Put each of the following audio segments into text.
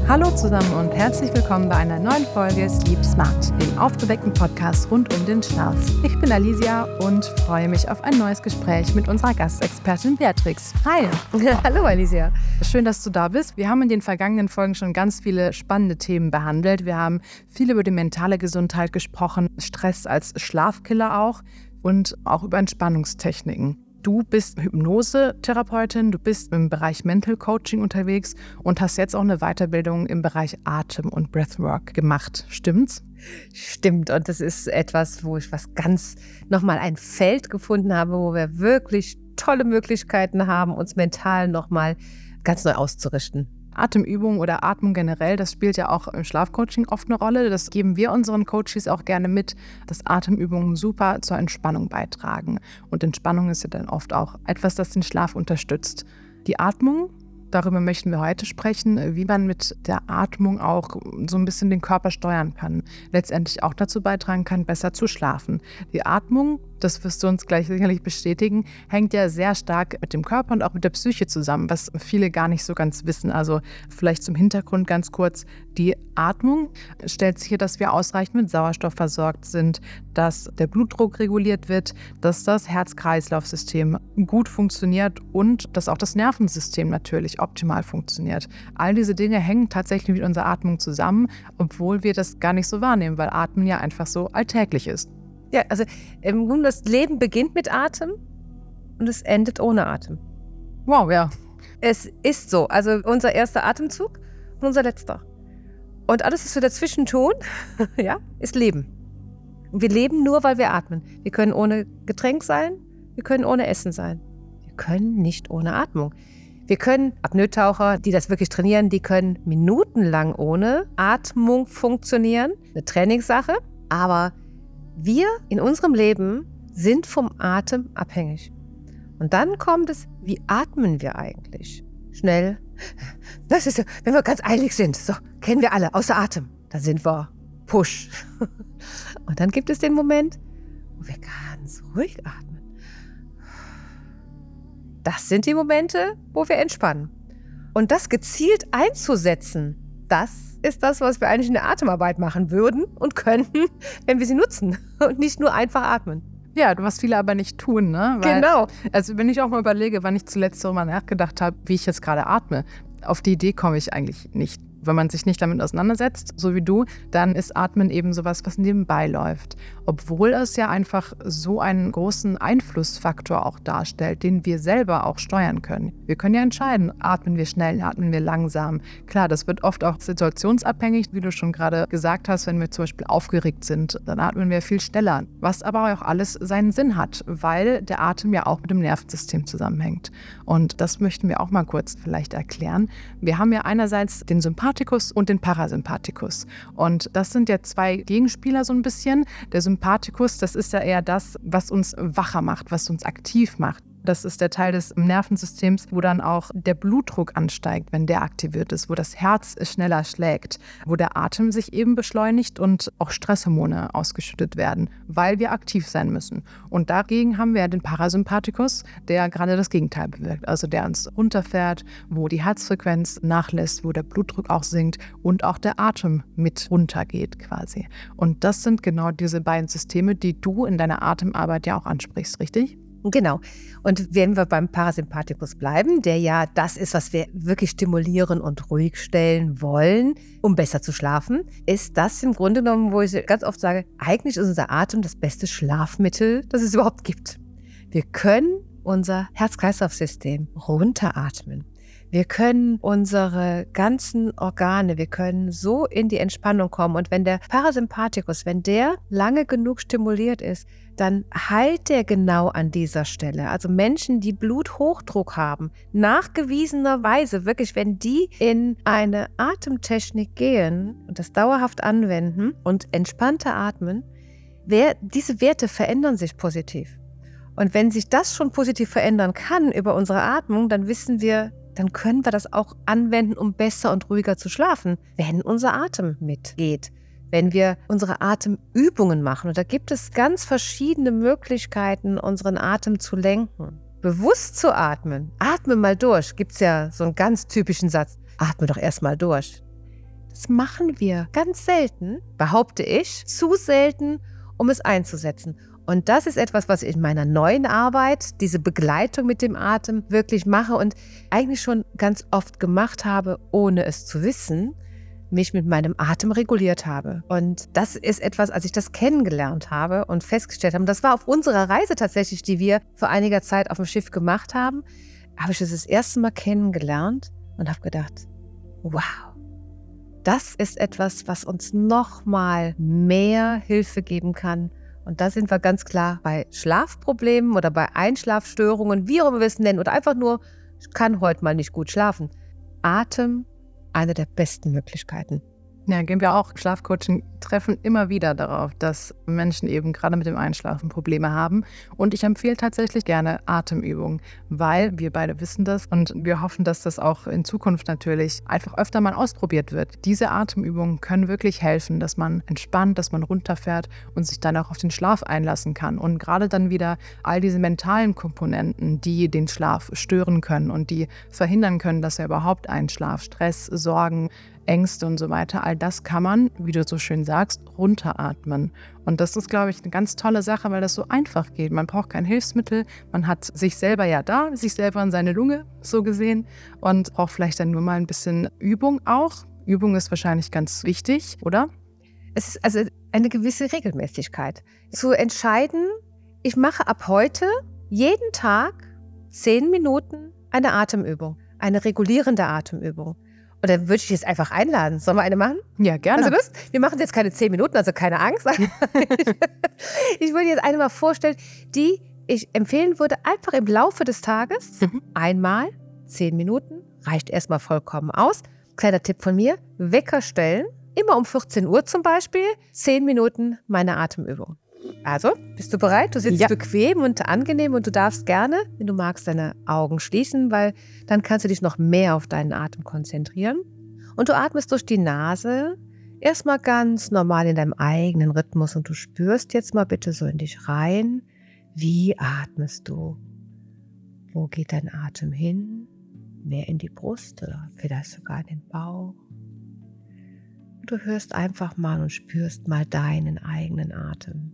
Hallo zusammen und herzlich willkommen bei einer neuen Folge Sleep Smart, dem aufgeweckten Podcast rund um den Schlaf. Ich bin Alicia und freue mich auf ein neues Gespräch mit unserer Gastexpertin Beatrix. Hi! Hallo Alicia. Schön, dass du da bist. Wir haben in den vergangenen Folgen schon ganz viele spannende Themen behandelt. Wir haben viel über die mentale Gesundheit gesprochen, Stress als Schlafkiller auch und auch über Entspannungstechniken. Du bist Hypnosetherapeutin, du bist im Bereich Mental Coaching unterwegs und hast jetzt auch eine Weiterbildung im Bereich Atem und Breathwork gemacht. Stimmt's? Stimmt, und das ist etwas, wo ich nochmal ein Feld gefunden habe, wo wir wirklich tolle Möglichkeiten haben, uns mental nochmal ganz neu auszurichten. Atemübung oder Atmung generell, das spielt ja auch im Schlafcoaching oft eine Rolle. Das geben wir unseren Coaches auch gerne mit, dass Atemübungen super zur Entspannung beitragen. Und Entspannung ist ja dann oft auch etwas, das den Schlaf unterstützt. Die Atmung, darüber möchten wir heute sprechen, wie man mit der Atmung auch so ein bisschen den Körper steuern kann. Letztendlich auch dazu beitragen kann, besser zu schlafen. Die Atmung, das wirst du uns gleich sicherlich bestätigen, hängt ja sehr stark mit dem Körper und auch mit der Psyche zusammen, was viele gar nicht so ganz wissen. Also vielleicht zum Hintergrund ganz kurz. Die Atmung stellt sicher, dass wir ausreichend mit Sauerstoff versorgt sind, dass der Blutdruck reguliert wird, dass das Herz-Kreislauf-System gut funktioniert und dass auch das Nervensystem natürlich optimal funktioniert. All diese Dinge hängen tatsächlich mit unserer Atmung zusammen, obwohl wir das gar nicht so wahrnehmen, weil Atmen ja einfach so alltäglich ist. Ja, also im Grunde das Leben beginnt mit Atem und es endet ohne Atem. Wow, ja. Es ist so, also unser erster Atemzug und unser letzter. Und alles, was wir dazwischen tun, ja, ist Leben. Und wir leben nur, weil wir atmen. Wir können ohne Getränk sein, wir können ohne Essen sein. Wir können nicht ohne Atmung. Wir können, Apnoe-Taucher, die das wirklich trainieren, die können minutenlang ohne Atmung funktionieren. Eine Trainingssache, aber wir in unserem Leben sind vom Atem abhängig. Und dann kommt es, wie atmen wir eigentlich? Schnell. Das ist so, wenn wir ganz eilig sind. So, kennen wir alle, außer Atem. Da sind wir Push. Und dann gibt es den Moment, wo wir ganz ruhig atmen. Das sind die Momente, wo wir entspannen. Und das gezielt einzusetzen, das ist das, was wir eigentlich in der Atemarbeit machen würden und könnten, wenn wir sie nutzen und nicht nur einfach atmen. Ja, was viele aber nicht tun, ne? Weil, genau. Also wenn ich auch mal überlege, wann ich zuletzt darüber nachgedacht habe, wie ich jetzt gerade atme, auf die Idee komme ich eigentlich nicht. Wenn man sich nicht damit auseinandersetzt, so wie du, dann ist Atmen eben sowas, was nebenbei läuft. Obwohl es ja einfach so einen großen Einflussfaktor auch darstellt, den wir selber auch steuern können. Wir können ja entscheiden, atmen wir schnell, atmen wir langsam. Klar, das wird oft auch situationsabhängig, wie du schon gerade gesagt hast, wenn wir zum Beispiel aufgeregt sind, dann atmen wir viel schneller. Was aber auch alles seinen Sinn hat, weil der Atem ja auch mit dem Nervensystem zusammenhängt. Und das möchten wir auch mal kurz vielleicht erklären. Wir haben ja einerseits den Sympathikus und den Parasympathikus. Und das sind ja zwei Gegenspieler so ein bisschen. Der Sympathikus, das ist ja eher das, was uns wacher macht, was uns aktiv macht. Das ist der Teil des Nervensystems, wo dann auch der Blutdruck ansteigt, wenn der aktiviert ist, wo das Herz schneller schlägt, wo der Atem sich eben beschleunigt und auch Stresshormone ausgeschüttet werden, weil wir aktiv sein müssen. Und dagegen haben wir ja den Parasympathikus, der gerade das Gegenteil bewirkt, also der uns runterfährt, wo die Herzfrequenz nachlässt, wo der Blutdruck auch sinkt und auch der Atem mit runtergeht quasi. Und das sind genau diese beiden Systeme, die du in deiner Atemarbeit ja auch ansprichst, richtig? Genau. Und wenn wir beim Parasympathikus bleiben, der ja das ist, was wir wirklich stimulieren und ruhig stellen wollen, um besser zu schlafen, ist das im Grunde genommen, wo ich ganz oft sage, eigentlich ist unser Atem das beste Schlafmittel, das es überhaupt gibt. Wir können unser Herz-Kreislauf-System runteratmen. Wir können unsere ganzen Organe, wir können so in die Entspannung kommen. Und wenn der Parasympathikus, wenn der lange genug stimuliert ist, dann heilt der genau an dieser Stelle. Also Menschen, die Bluthochdruck haben, nachgewiesenerweise, wirklich, wenn die in eine Atemtechnik gehen und das dauerhaft anwenden und entspannter atmen, diese Werte verändern sich positiv. Und wenn sich das schon positiv verändern kann über unsere Atmung, dann wissen wir, dann können wir das auch anwenden, um besser und ruhiger zu schlafen, wenn unser Atem mitgeht. Wenn wir unsere Atemübungen machen. Und da gibt es ganz verschiedene Möglichkeiten, unseren Atem zu lenken. Bewusst zu atmen. Atme mal durch. Gibt es ja so einen ganz typischen Satz. Atme doch erst mal durch. Das machen wir ganz selten, behaupte ich, zu selten, um es einzusetzen. Und das ist etwas, was ich in meiner neuen Arbeit, diese Begleitung mit dem Atem, wirklich mache und eigentlich schon ganz oft gemacht habe, ohne es zu wissen, mich mit meinem Atem reguliert habe. Und das ist etwas, als ich das kennengelernt habe und festgestellt habe, das war auf unserer Reise tatsächlich, die wir vor einiger Zeit auf dem Schiff gemacht haben, habe ich das erste Mal kennengelernt und habe gedacht, wow, das ist etwas, was uns nochmal mehr Hilfe geben kann. Und da sind wir ganz klar bei Schlafproblemen oder bei Einschlafstörungen, wie auch immer wir es nennen, oder einfach nur, ich kann heute mal nicht gut schlafen. Atem, eine der besten Möglichkeiten. Ja, gehen wir auch. Schlafcoaching treffen immer wieder darauf, dass Menschen eben gerade mit dem Einschlafen Probleme haben. Und ich empfehle tatsächlich gerne Atemübungen, weil wir beide wissen das und wir hoffen, dass das auch in Zukunft natürlich einfach öfter mal ausprobiert wird. Diese Atemübungen können wirklich helfen, dass man entspannt, dass man runterfährt und sich dann auch auf den Schlaf einlassen kann. Und gerade dann wieder all diese mentalen Komponenten, die den Schlaf stören können und die verhindern können, dass er überhaupt einschlaft, Stress, Sorgen, Ängste und so weiter, all das kann man, wie du so schön sagst, runteratmen. Und das ist, glaube ich, eine ganz tolle Sache, weil das so einfach geht. Man braucht kein Hilfsmittel, man hat sich selber ja da, sich selber in seine Lunge, so gesehen, und braucht vielleicht dann nur mal ein bisschen Übung auch. Übung ist wahrscheinlich ganz wichtig, oder? Es ist also eine gewisse Regelmäßigkeit. Zu entscheiden, ich mache ab heute jeden Tag 10 Minuten eine Atemübung, eine regulierende Atemübung. Oder würde ich jetzt einfach einladen? Sollen wir eine machen? Ja, gerne. Also Lust? Wir machen jetzt keine 10 Minuten, also keine Angst. Ich würde jetzt eine mal vorstellen, die ich empfehlen würde, einfach im Laufe des Tages einmal 10 Minuten, reicht erstmal vollkommen aus. Kleiner Tipp von mir, Wecker stellen, immer um 14 Uhr zum Beispiel, 10 Minuten meine Atemübung. Also, bist du bereit? Du sitzt bequem und angenehm und du darfst gerne, wenn du magst, deine Augen schließen, weil dann kannst du dich noch mehr auf deinen Atem konzentrieren. Und du atmest durch die Nase erstmal ganz normal in deinem eigenen Rhythmus und du spürst jetzt mal bitte so in dich rein. Wie atmest du? Wo geht dein Atem hin? Mehr in die Brust oder vielleicht sogar in den Bauch? Du hörst einfach mal und spürst mal deinen eigenen Atem.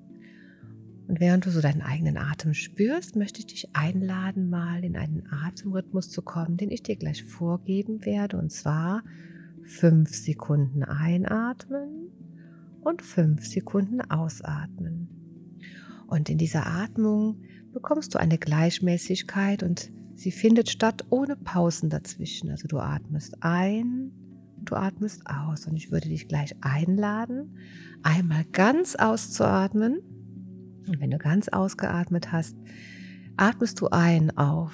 Und während du so deinen eigenen Atem spürst, möchte ich dich einladen, mal in einen Atemrhythmus zu kommen, den ich dir gleich vorgeben werde. Und zwar 5 Sekunden einatmen und 5 Sekunden ausatmen. Und in dieser Atmung bekommst du eine Gleichmäßigkeit und sie findet statt ohne Pausen dazwischen. Also du atmest ein, du atmest aus. Und ich würde dich gleich einladen, einmal ganz auszuatmen. Und wenn du ganz ausgeatmet hast, atmest du ein auf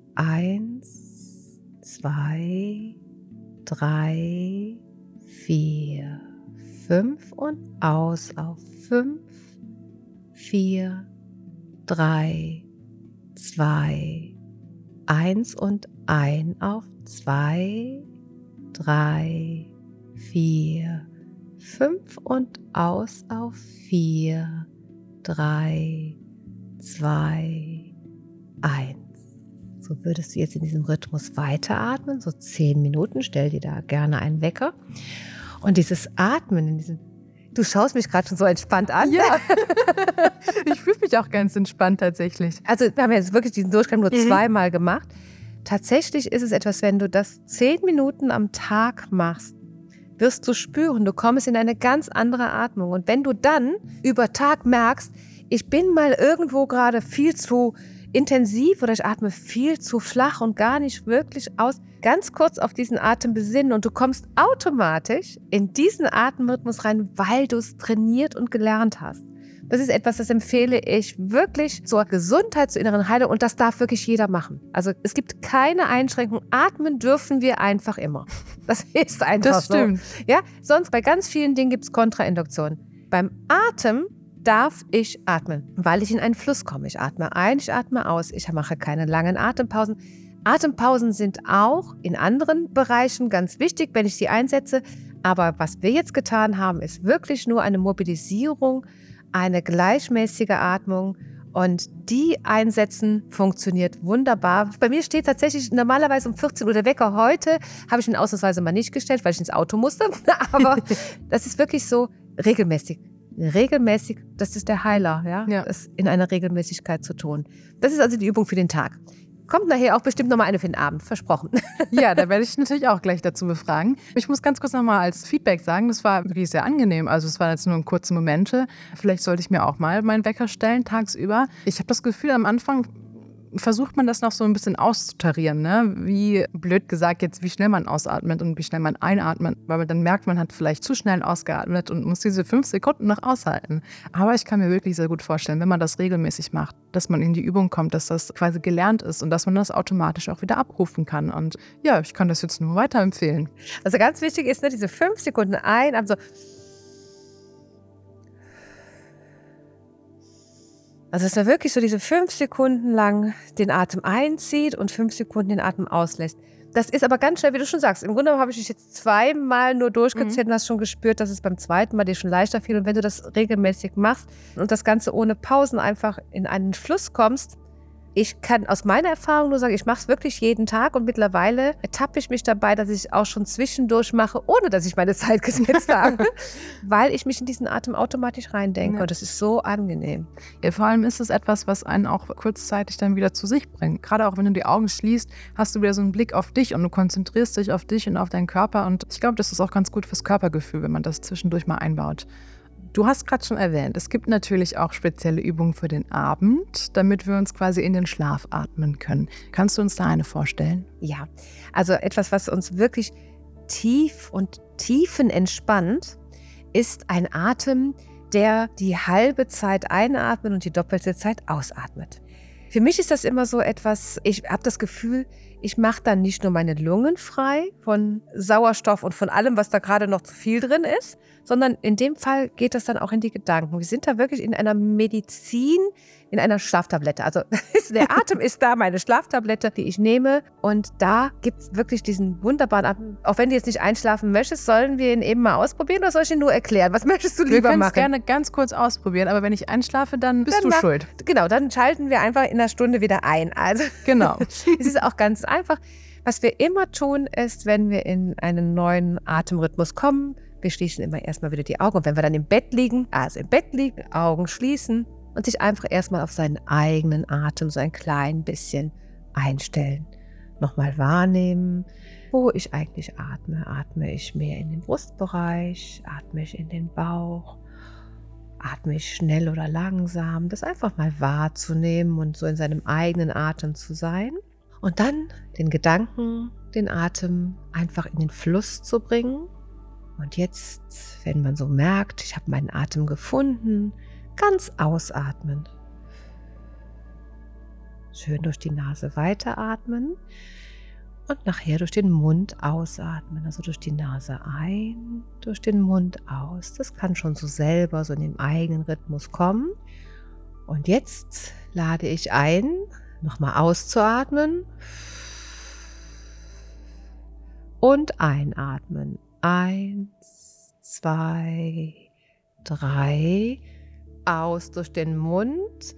1, 2, 3, 4, 5 und aus auf 5, 4, 3, 2, 1 und ein auf 2, 3, 4, 5 und aus auf 4, 3, 2, 1. So würdest du jetzt in diesem Rhythmus weiteratmen, so 10 Minuten. Stell dir da gerne einen Wecker. Und dieses Atmen, du schaust mich gerade schon so entspannt an. Ja, ich fühle mich auch ganz entspannt tatsächlich. Also wir haben jetzt wirklich diesen Durchgang nur 2-mal gemacht. Tatsächlich ist es etwas, wenn du das 10 Minuten am Tag machst, wirst du spüren, du kommst in eine ganz andere Atmung. Und wenn du dann über Tag merkst, ich bin mal irgendwo gerade viel zu intensiv oder ich atme viel zu flach und gar nicht wirklich aus, ganz kurz auf diesen Atem besinnen und du kommst automatisch in diesen Atemrhythmus rein, weil du es trainiert und gelernt hast. Das ist etwas, das empfehle ich wirklich zur Gesundheit, zur inneren Heilung und das darf wirklich jeder machen. Also es gibt keine Einschränkung. Atmen dürfen wir einfach immer. Das ist einfach das stimmt. so. Ja? Sonst bei ganz vielen Dingen gibt es Kontrainduktion. Beim Atem darf ich atmen, weil ich in einen Fluss komme. Ich atme ein, ich atme aus. Ich mache keine langen Atempausen. Atempausen sind auch in anderen Bereichen ganz wichtig, wenn ich sie einsetze. Aber was wir jetzt getan haben, ist wirklich nur eine Mobilisierung, eine gleichmäßige Atmung Und die einsetzen funktioniert wunderbar. Bei mir steht tatsächlich normalerweise um 14 Uhr der Wecker. Heute habe ich ihn ausnahmsweise mal nicht gestellt, weil ich ins Auto musste. Aber das ist wirklich so regelmäßig. Regelmäßig, das ist der Heiler, ja? Das in einer Regelmäßigkeit zu tun. Das ist also die Übung für den Tag. Kommt nachher auch bestimmt nochmal eine für den Abend, versprochen. Ja, da werde ich natürlich auch gleich dazu befragen. Ich muss ganz kurz nochmal als Feedback sagen, das war wirklich sehr angenehm. Also es waren jetzt nur kurze Momente. Vielleicht sollte ich mir auch mal meinen Wecker stellen, tagsüber. Ich habe das Gefühl, am Anfang versucht man das noch so ein bisschen auszutarieren, ne? Wie blöd gesagt jetzt, wie schnell man ausatmet und wie schnell man einatmet, weil man dann merkt, man hat vielleicht zu schnell ausgeatmet und muss diese 5 Sekunden noch aushalten. Aber ich kann mir wirklich sehr gut vorstellen, wenn man das regelmäßig macht, dass man in die Übung kommt, dass das quasi gelernt ist und dass man das automatisch auch wieder abrufen kann. Und ja, ich kann das jetzt nur weiterempfehlen. Also ganz wichtig ist, ne, diese 5 Sekunden ein, also dass man wirklich so diese 5 Sekunden lang den Atem einzieht und 5 Sekunden den Atem auslässt. Das ist aber ganz schnell, wie du schon sagst. Im Grunde habe ich dich jetzt 2-mal nur durchgezählt und hast schon gespürt, dass es beim 2. Mal dir schon leichter fiel. Und wenn du das regelmäßig machst und das Ganze ohne Pausen einfach in einen Fluss kommst, ich kann aus meiner Erfahrung nur sagen, ich mache es wirklich jeden Tag und mittlerweile ertappe ich mich dabei, dass ich auch schon zwischendurch mache, ohne dass ich meine Zeit gesetzt habe, weil ich mich in diesen Atem automatisch reindenke. Ja. Und das ist so angenehm. Ja, vor allem ist es etwas, was einen auch kurzzeitig dann wieder zu sich bringt. Gerade auch wenn du die Augen schließt, hast du wieder so einen Blick auf dich und du konzentrierst dich auf dich und auf deinen Körper. Und ich glaube, das ist auch ganz gut fürs Körpergefühl, wenn man das zwischendurch mal einbaut. Du hast gerade schon erwähnt, es gibt natürlich auch spezielle Übungen für den Abend, damit wir uns quasi in den Schlaf atmen können. Kannst du uns da eine vorstellen? Ja, also etwas, was uns wirklich tief und tiefenentspannt, ist ein Atem, der die halbe Zeit einatmet und die doppelte Zeit ausatmet. Für mich ist das immer so etwas, ich habe das Gefühl, ich mache dann nicht nur meine Lungen frei von Sauerstoff und von allem, was da gerade noch zu viel drin ist, sondern in dem Fall geht das dann auch in die Gedanken. Wir sind da wirklich in einer Medizin, in einer Schlaftablette. Also der Atem ist da meine Schlaftablette, die ich nehme. Und da gibt es wirklich diesen wunderbaren Atem. Auch wenn du jetzt nicht einschlafen möchtest, sollen wir ihn eben mal ausprobieren oder soll ich ihn nur erklären? Was möchtest du lieber machen? Wir können es gerne ganz kurz ausprobieren, aber wenn ich einschlafe, dann bist du schuld. Genau, dann schalten wir einfach in einer Stunde wieder ein. Also genau. Es ist auch ganz einfach. Was wir immer tun, ist, wenn wir in einen neuen Atemrhythmus kommen, wir schließen immer erstmal wieder die Augen. Und wenn wir dann im Bett liegen, Augen schließen und sich einfach erstmal auf seinen eigenen Atem so ein klein bisschen einstellen. Nochmal wahrnehmen, wo ich eigentlich atme. Atme ich mehr in den Brustbereich? Atme ich in den Bauch? Atme ich schnell oder langsam? Das einfach mal wahrzunehmen und so in seinem eigenen Atem zu sein. Und dann den Gedanken, den Atem einfach in den Fluss zu bringen. Und jetzt, wenn man so merkt, ich habe meinen Atem gefunden, ganz ausatmen. Schön durch die Nase weiteratmen und nachher durch den Mund ausatmen. Also durch die Nase ein, durch den Mund aus. Das kann schon so selber, so in dem eigenen Rhythmus kommen. Und jetzt lade ich ein, nochmal auszuatmen und einatmen. 1, 2, 3, aus durch den Mund.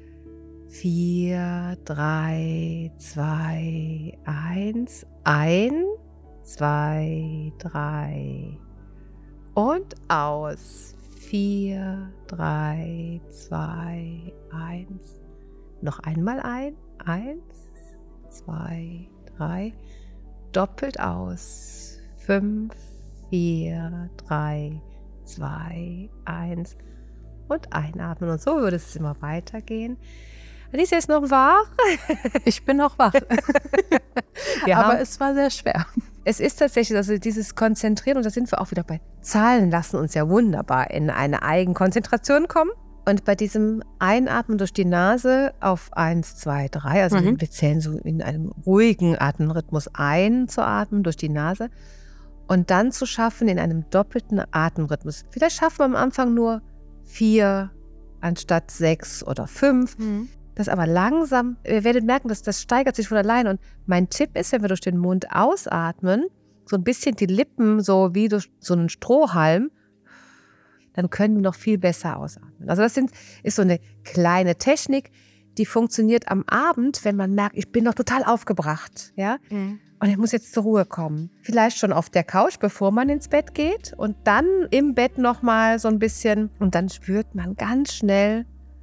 4, 3, 2, 1, ein, 2, 3 und aus. 4, 3, 2, 1. Noch einmal ein. 1, 2, 3. Doppelt aus. 5, 4, 3, 2, 1 und einatmen. Und so würde es immer weitergehen. Alicia ist noch wach. Ich bin noch wach. Aber es war sehr schwer. Es ist tatsächlich, also dieses Konzentrieren, und da sind wir auch wieder bei Zahlen, lassen uns ja wunderbar in eine Eigenkonzentration kommen. Und bei diesem Einatmen durch die Nase auf 1, 2, 3, also wir zählen so in einem ruhigen Atemrhythmus ein zu atmen durch die Nase und dann zu schaffen in einem doppelten Atemrhythmus. Vielleicht schaffen wir am Anfang nur 4 anstatt 6 oder 5. Das aber langsam, ihr werdet merken, dass das steigert sich von allein. Und mein Tipp ist, wenn wir durch den Mund ausatmen, so ein bisschen die Lippen so wie durch so einen Strohhalm, dann können wir noch viel besser ausatmen. Also das ist so eine kleine Technik, die funktioniert am Abend, wenn man merkt, ich bin noch total aufgebracht, ja, und ich muss jetzt zur Ruhe kommen. Vielleicht schon auf der Couch, bevor man ins Bett geht und dann im Bett nochmal so ein bisschen und dann spürt man ganz schnell.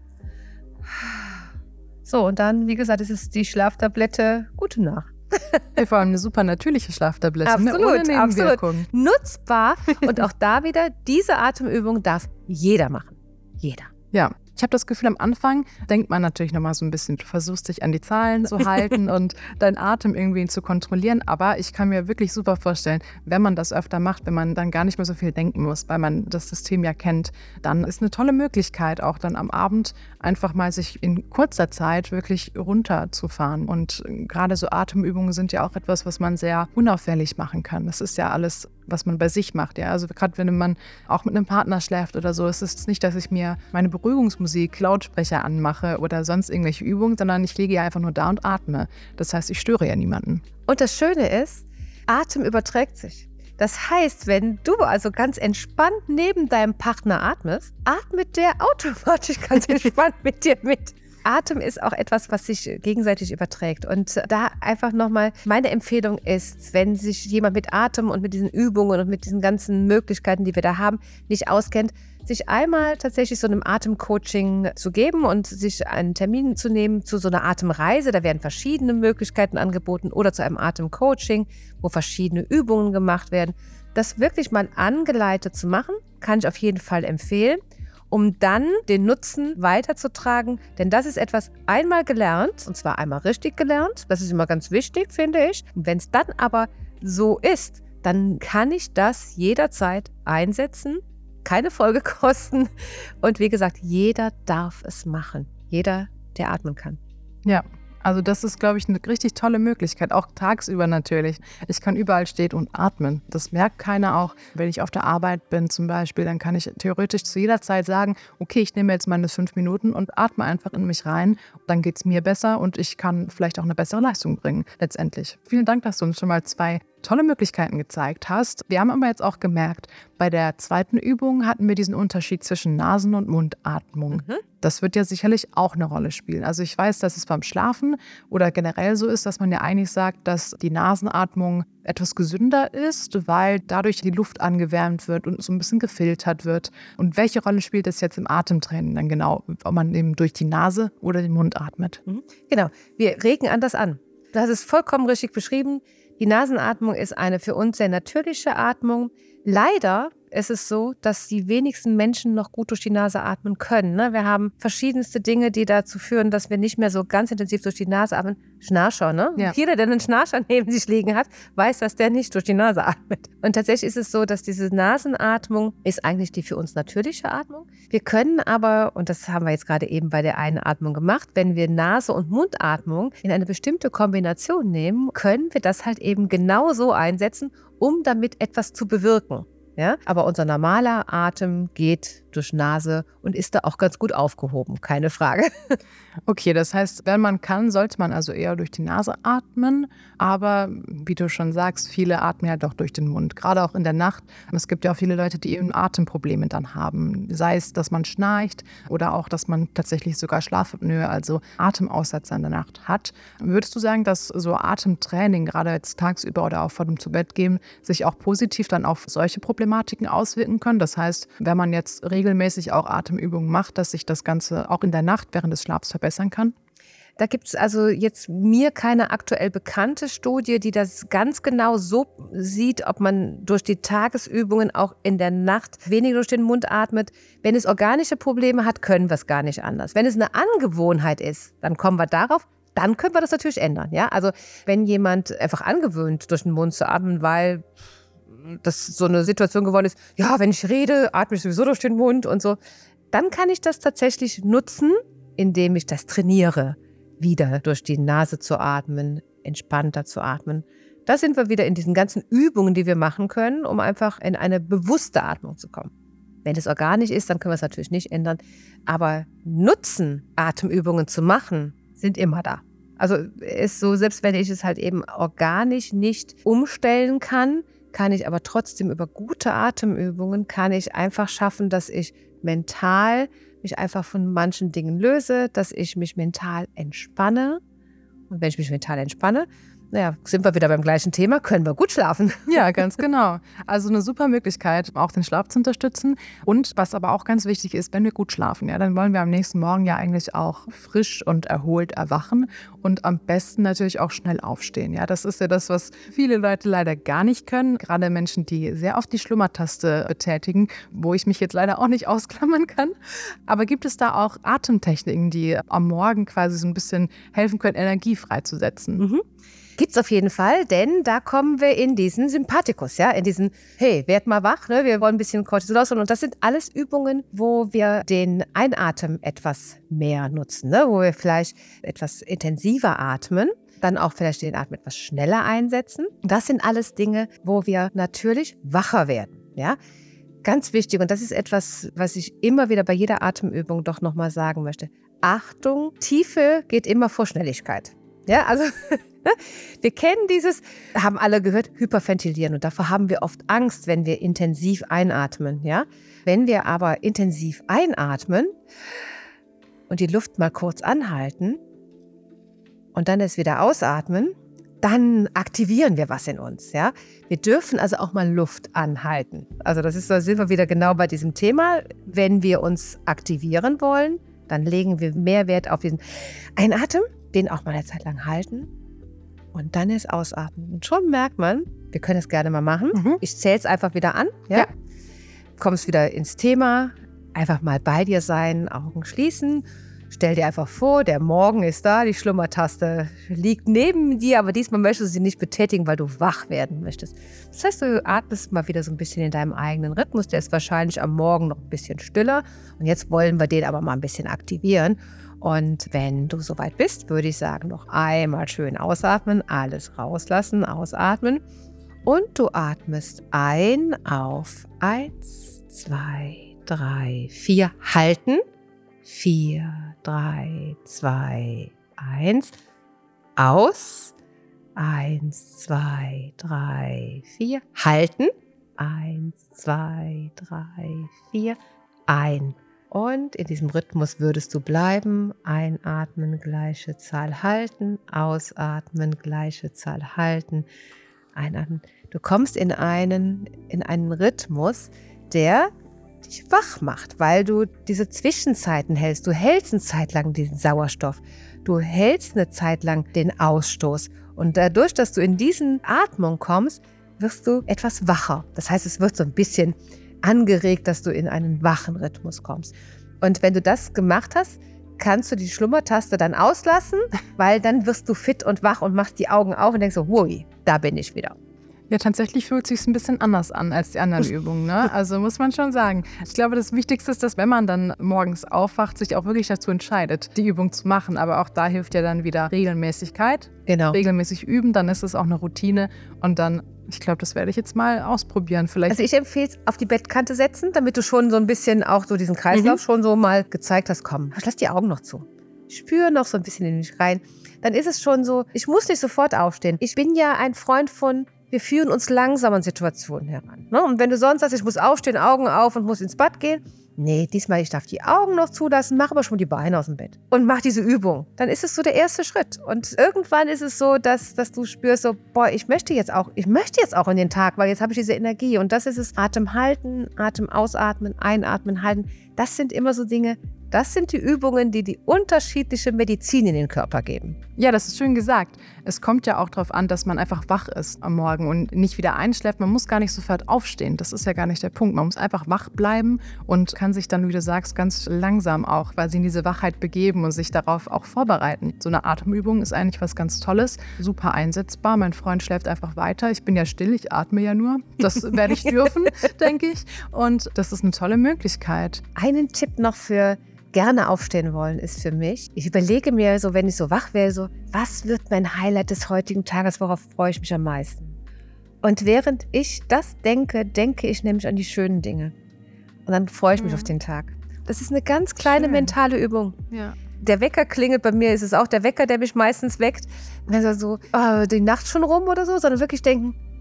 So, und dann, wie gesagt, es ist die Schlaftablette Gute Nacht. Vor allem eine super natürliche Schlaftablette, absolut, ohne Nebenwirkungen. Absolut. Nutzbar. Und auch da wieder, diese Atemübung darf jeder machen. Jeder. Ja. Ich habe das Gefühl, am Anfang denkt man natürlich nochmal so ein bisschen, du versuchst dich an die Zahlen zu halten und deinen Atem irgendwie zu kontrollieren. Aber ich kann mir wirklich super vorstellen, wenn man das öfter macht, wenn man dann gar nicht mehr so viel denken muss, weil man das System ja kennt, dann ist eine tolle Möglichkeit, auch dann am Abend einfach mal sich in kurzer Zeit wirklich runterzufahren. Und gerade so Atemübungen sind ja auch etwas, was man sehr unauffällig machen kann. Das ist ja alles, was man bei sich macht. Ja? Also gerade wenn man auch mit einem Partner schläft oder so, ist es nicht, dass ich mir meine Beruhigungsmusik, Lautsprecher anmache oder sonst irgendwelche Übungen, sondern ich liege ja einfach nur da und atme. Das heißt, ich störe ja niemanden. Und das Schöne ist, Atem überträgt sich. Das heißt, wenn du also ganz entspannt neben deinem Partner atmest, atmet der automatisch ganz entspannt mit dir mit. Atem ist auch etwas, was sich gegenseitig überträgt. Und da einfach nochmal, meine Empfehlung ist, wenn sich jemand mit Atem und mit diesen Übungen und mit diesen ganzen Möglichkeiten, die wir da haben, nicht auskennt, sich einmal tatsächlich so einem Atemcoaching zu geben und sich einen Termin zu nehmen zu so einer Atemreise. Da werden verschiedene Möglichkeiten angeboten oder zu einem Atemcoaching, wo verschiedene Übungen gemacht werden. Das wirklich mal angeleitet zu machen, kann ich auf jeden Fall empfehlen, um dann den Nutzen weiterzutragen. Denn das ist etwas einmal gelernt, und zwar einmal richtig gelernt. Das ist immer ganz wichtig, finde ich. Und wenn es dann aber so ist, dann kann ich das jederzeit einsetzen, keine Folgekosten. Und wie gesagt, jeder darf es machen. Jeder, der atmen kann. Ja. Also das ist, glaube ich, eine richtig tolle Möglichkeit, auch tagsüber natürlich. Ich kann überall stehen und atmen. Das merkt keiner auch. Wenn ich auf der Arbeit bin zum Beispiel, dann kann ich theoretisch zu jeder Zeit sagen, okay, ich nehme jetzt meine 5 Minuten und atme einfach in mich rein. Dann geht es mir besser und ich kann vielleicht auch eine bessere Leistung bringen letztendlich. Vielen Dank, dass du uns schon mal 2 tolle Möglichkeiten gezeigt hast. Wir haben aber jetzt auch gemerkt, bei der zweiten Übung hatten wir diesen Unterschied zwischen Nasen- und Mundatmung. Das wird ja sicherlich auch eine Rolle spielen. Also ich weiß, dass es beim Schlafen oder generell so ist, dass man ja eigentlich sagt, dass die Nasenatmung etwas gesünder ist, weil dadurch die Luft angewärmt wird und so ein bisschen gefiltert wird. Und welche Rolle spielt es jetzt im Atemtraining dann genau, ob man eben durch die Nase oder den Mund atmet? Genau, wir regen anders an. Du hast es vollkommen richtig beschrieben. Die Nasenatmung ist eine für uns sehr natürliche Atmung. Leider ist es so, dass die wenigsten Menschen noch gut durch die Nase atmen können. Wir haben verschiedenste Dinge, die dazu führen, dass wir nicht mehr so ganz intensiv durch die Nase atmen. Schnarcher, ne? Ja. Jeder, der einen Schnarcher neben sich liegen hat, weiß, dass der nicht durch die Nase atmet. Und tatsächlich ist es so, dass diese Nasenatmung ist eigentlich die für uns natürliche Atmung. Wir können aber, und das haben wir jetzt gerade eben bei der Einatmung gemacht, wenn wir Nase- und Mundatmung in eine bestimmte Kombination nehmen, können wir das halt eben genau so einsetzen, um damit etwas zu bewirken. Ja? Aber unser normaler Atem geht durch Nase und ist da auch ganz gut aufgehoben, keine Frage. Okay, das heißt, wenn man kann, sollte man also eher durch die Nase atmen. Aber wie du schon sagst, viele atmen ja doch durch den Mund, gerade auch in der Nacht. Es gibt ja auch viele Leute, die eben Atemprobleme dann haben. Sei es, dass man schnarcht oder auch, dass man tatsächlich sogar Schlafapnoe, also Atemaussetzer in der Nacht hat. Würdest du sagen, dass so Atemtraining, gerade jetzt tagsüber oder auch vor dem Zubettgehen, sich auch positiv dann auf solche Problematiken auswirken können? Das heißt, wenn man jetzt regelmäßig auch Atemübungen macht, dass sich das Ganze auch in der Nacht während des Schlafs verbessern kann? Da gibt es also jetzt mir keine aktuell bekannte Studie, die das ganz genau so sieht, ob man durch die Tagesübungen auch in der Nacht weniger durch den Mund atmet. Wenn es organische Probleme hat, können wir es gar nicht anders. Wenn es eine Angewohnheit ist, dann kommen wir darauf. Dann können wir das natürlich ändern. Ja? Also wenn jemand einfach angewöhnt, durch den Mund zu atmen, weil das so eine Situation geworden ist, ja, wenn ich rede, atme ich sowieso durch den Mund und so, dann kann ich das tatsächlich nutzen, indem ich das trainiere, wieder durch die Nase zu atmen, entspannter zu atmen. Da sind wir wieder in diesen ganzen Übungen, die wir machen können, um einfach in eine bewusste Atmung zu kommen. Wenn es organisch ist, dann können wir es natürlich nicht ändern. Aber Nutzen, Atemübungen zu machen, sind immer da. Also ist so, selbst wenn ich es halt eben organisch nicht umstellen kann, kann ich aber trotzdem über gute Atemübungen, kann ich einfach schaffen, dass ich mental mich einfach von manchen Dingen löse, dass ich mich mental entspanne. Und wenn ich mich mental entspanne, sind wir wieder beim gleichen Thema, können wir gut schlafen. Ja, ganz genau. Also eine super Möglichkeit, auch den Schlaf zu unterstützen. Und was aber auch ganz wichtig ist, wenn wir gut schlafen, ja, dann wollen wir am nächsten Morgen ja eigentlich auch frisch und erholt erwachen und am besten natürlich auch schnell aufstehen. Ja, das ist ja das, was viele Leute leider gar nicht können. Gerade Menschen, die sehr oft die Schlummertaste betätigen, wo ich mich jetzt leider auch nicht ausklammern kann. Aber gibt es da auch Atemtechniken, die am Morgen quasi so ein bisschen helfen können, Energie freizusetzen? Mhm. Gibt's auf jeden Fall, denn da kommen wir in diesen Sympathikus, ja, in diesen, hey, werd mal wach, ne? Wir wollen ein bisschen Cortisol ausholen. Und das sind alles Übungen, wo wir den Einatmen etwas mehr nutzen, ne? Wo wir vielleicht etwas intensiver atmen, dann auch vielleicht den Atem etwas schneller einsetzen. Das sind alles Dinge, wo wir natürlich wacher werden, ja. Ganz wichtig, und das ist etwas, was ich immer wieder bei jeder Atemübung doch nochmal sagen möchte. Achtung, Tiefe geht immer vor Schnelligkeit. Ja, also wir kennen dieses, haben alle gehört, Hyperventilieren. Und davor haben wir oft Angst, wenn wir intensiv einatmen. Ja? Wenn wir aber intensiv einatmen und die Luft mal kurz anhalten und dann es wieder ausatmen, dann aktivieren wir was in uns. Ja? Wir dürfen also auch mal Luft anhalten. Also da sind wir wieder genau bei diesem Thema. Wenn wir uns aktivieren wollen, dann legen wir mehr Wert auf diesen Einatmen, den auch mal eine Zeit lang halten und dann ist ausatmen. Und schon merkt man, wir können es gerne mal machen. Ich zähle es einfach wieder an. Ja? Kommst wieder ins Thema, einfach mal bei dir sein, Augen schließen. Stell dir einfach vor, der Morgen ist da, die Schlummertaste liegt neben dir, aber diesmal möchtest du sie nicht betätigen, weil du wach werden möchtest. Das heißt, du atmest mal wieder so ein bisschen in deinem eigenen Rhythmus. Der ist wahrscheinlich am Morgen noch ein bisschen stiller. Und jetzt wollen wir den aber mal ein bisschen aktivieren. Und wenn du soweit bist, würde ich sagen, noch einmal schön ausatmen, alles rauslassen, ausatmen. Und du atmest ein auf 1, 2, 3, 4, halten. 4, 3, 2, 1, aus. 1, 2, 3, 4, halten. 1, 2, 3, 4, ein. Und in diesem Rhythmus würdest du bleiben. Einatmen, gleiche Zahl halten. Ausatmen, gleiche Zahl halten. Einatmen. Du kommst in einen Rhythmus, der dich wach macht, weil du diese Zwischenzeiten hältst. Du hältst eine Zeit lang den Sauerstoff. Du hältst eine Zeit lang den Ausstoß. Und dadurch, dass du in diesen Atmung kommst, wirst du etwas wacher. Das heißt, es wird so ein bisschen angeregt, dass du in einen wachen Rhythmus kommst. Und wenn du das gemacht hast, kannst du die Schlummertaste dann auslassen, weil dann wirst du fit und wach und machst die Augen auf und denkst so, hui, da bin ich wieder. Ja, tatsächlich fühlt es sich ein bisschen anders an als die anderen Übungen, ne? Also muss man schon sagen. Ich glaube, das Wichtigste ist, dass wenn man dann morgens aufwacht, sich auch wirklich dazu entscheidet, die Übung zu machen. Aber auch da hilft ja dann wieder Regelmäßigkeit. Genau. Regelmäßig üben, dann ist es auch eine Routine. Und dann, ich glaube, das werde ich jetzt mal ausprobieren. Vielleicht. Also ich empfehle es auf die Bettkante setzen, damit du schon so ein bisschen auch so diesen Kreislauf schon so mal gezeigt hast. Komm, lass die Augen noch zu. Spür noch so ein bisschen in mich rein. Dann ist es schon so, ich muss nicht sofort aufstehen. Ich bin ja ein Freund von, wir führen uns langsam an Situationen heran. Ne? Und wenn du sonst sagst, ich muss aufstehen, Augen auf und muss ins Bad gehen, nee, diesmal, ich darf die Augen noch zulassen, mach aber schon die Beine aus dem Bett und mach diese Übung. Dann ist es so der erste Schritt. Und irgendwann ist es so, dass du spürst so, boah, ich möchte jetzt auch in den Tag, weil jetzt habe ich diese Energie. Und das ist es, Atem halten, Atem ausatmen, einatmen, halten. Das sind immer so Dinge, das sind die Übungen, die unterschiedliche Medizin in den Körper geben. Ja, das ist schön gesagt. Es kommt ja auch darauf an, dass man einfach wach ist am Morgen und nicht wieder einschläft. Man muss gar nicht sofort aufstehen. Das ist ja gar nicht der Punkt. Man muss einfach wach bleiben und kann sich dann, wie du sagst, ganz langsam auch quasi in diese Wachheit begeben und sich darauf auch vorbereiten. So eine Atemübung ist eigentlich was ganz Tolles, super einsetzbar. Mein Freund schläft einfach weiter. Ich bin ja still, ich atme ja nur. Das werde ich dürfen, denke ich. Und das ist eine tolle Möglichkeit. Einen Tipp noch für gerne aufstehen wollen, ist für mich, ich überlege mir so, wenn ich so wach wäre, so, was wird mein Highlight des heutigen Tages, worauf freue ich mich am meisten? Und während ich das denke ich nämlich an die schönen Dinge. Und dann freue ich mich auf den Tag. Das ist eine ganz kleine mentale Übung. Ja. Der Wecker klingelt, bei mir ist es auch der Wecker, der mich meistens weckt. Und dann so, die Nacht schon rum oder so, sondern wirklich denken,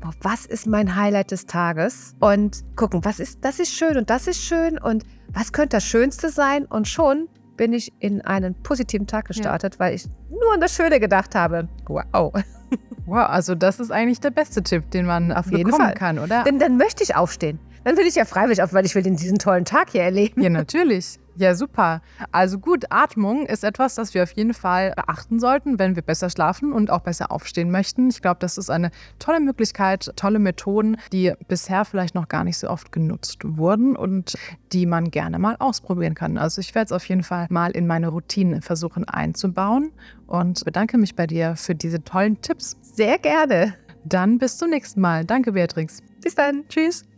boah, was ist mein Highlight des Tages? Und gucken, das ist schön und das ist schön und was könnte das Schönste sein? Und schon bin ich in einen positiven Tag gestartet, weil ich nur an das Schöne gedacht habe. Wow. Wow, also das ist eigentlich der beste Tipp, den man Auf jeden bekommen Fall. kann, oder? Denn dann möchte ich aufstehen. Dann will ich ja freiwillig auf, weil ich will diesen tollen Tag hier erleben. Ja, natürlich. Ja, super. Also gut, Atmung ist etwas, das wir auf jeden Fall beachten sollten, wenn wir besser schlafen und auch besser aufstehen möchten. Ich glaube, das ist eine tolle Möglichkeit, tolle Methoden, die bisher vielleicht noch gar nicht so oft genutzt wurden und die man gerne mal ausprobieren kann. Also ich werde es auf jeden Fall mal in meine Routine versuchen einzubauen und bedanke mich bei dir für diese tollen Tipps. Sehr gerne. Dann bis zum nächsten Mal. Danke, Beatrix. Bis dann. Tschüss.